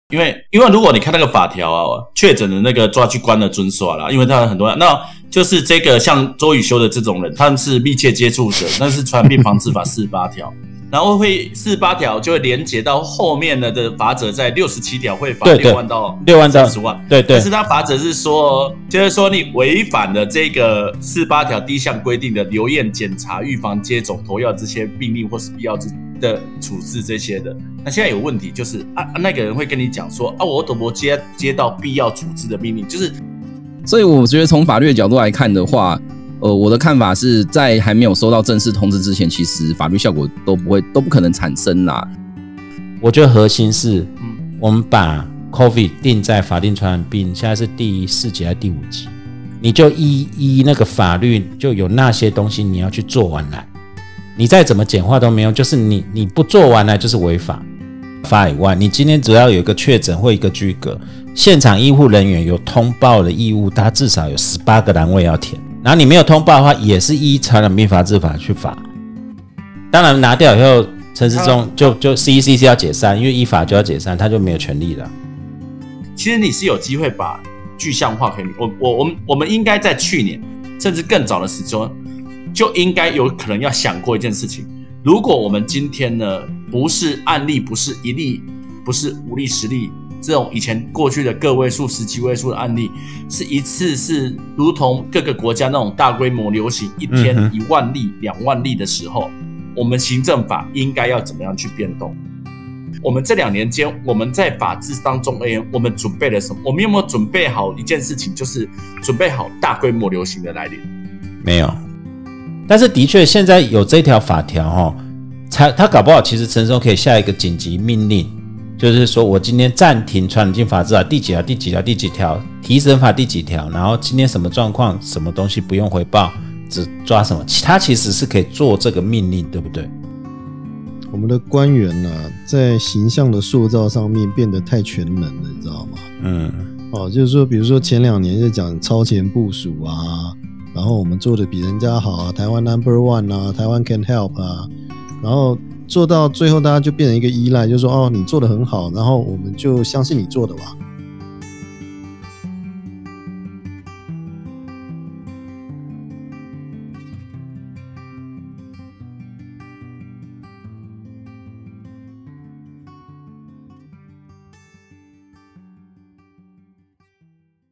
因为如果你看那个法条啊，确诊的那个抓去关了准耍啦，因为他很多人，那就是这个像周宇修的这种人，他们是密切接触者，那是传染病防治法48条。然后会48条就会连结到后面的罚则，在67条会罚6万到30万。 对。 但是他罚则是说，就是说你违反了这个48条第一项规定的留验、检查、预防、接种、投药这些命令或是必要的处置这些的。那现在有问题就是那个人会跟你讲说我都没接到必要处置的命令，就是。 所以我觉得从法律的角度来看的话。我的看法是在还没有收到正式通知之前，其实法律效果都不可能产生啦。 我觉得核心是，我们把 COVID 定在法定传染病，现在是第4级还是第5级，你就依那个法律就有那些东西你要去做完来，你再怎么简化都没用，就是你不做完来就是违法。法以外，你今天只要有一个确诊或一个居隔，现场医护人员有通报的义务，他至少有18个栏位要填。然后你没有通报的话，也是依传染病防治法去罚。当然拿掉以后，陈时中就 CEC 要解散，因为依法就要解散，他就没有权利了。 其实你是有机会把具象化可以，我们应该在去年甚至更早的时候，就应该有可能要想过一件事情：如果我们今天呢不是案例，不是1例，不是5例、10例。这种以前过去的个位数、10几位数的案例，是一次是如同各个国家那种大规模流行，一天1万例、2万例的时候，我们行政法应该要怎么样去变动？我们这2年间，我们在法制当中我们准备了什么？我们有没有准备好一件事情，就是准备好大规模流行的来临？ 没有。但是的确，现在有这条法条他搞不好其实陈时中可以下一个紧急命令。就是说我今天暂停传染病法制法第几条，提审法第几条，然后今天什么状况，什么东西不用回报，只抓什么，他其实是可以做这个命令，对不对？ 我们的官员在形象的塑造上面变得太全能了，你知道吗？就是说，比如说前2年就讲超前部署啊，然后我们做的比人家好啊，台湾 No.1 啊，台湾 can help 啊，然后。做到最后，大家就变成一个依赖，就是说你做得很好，然后我们就相信你做的吧。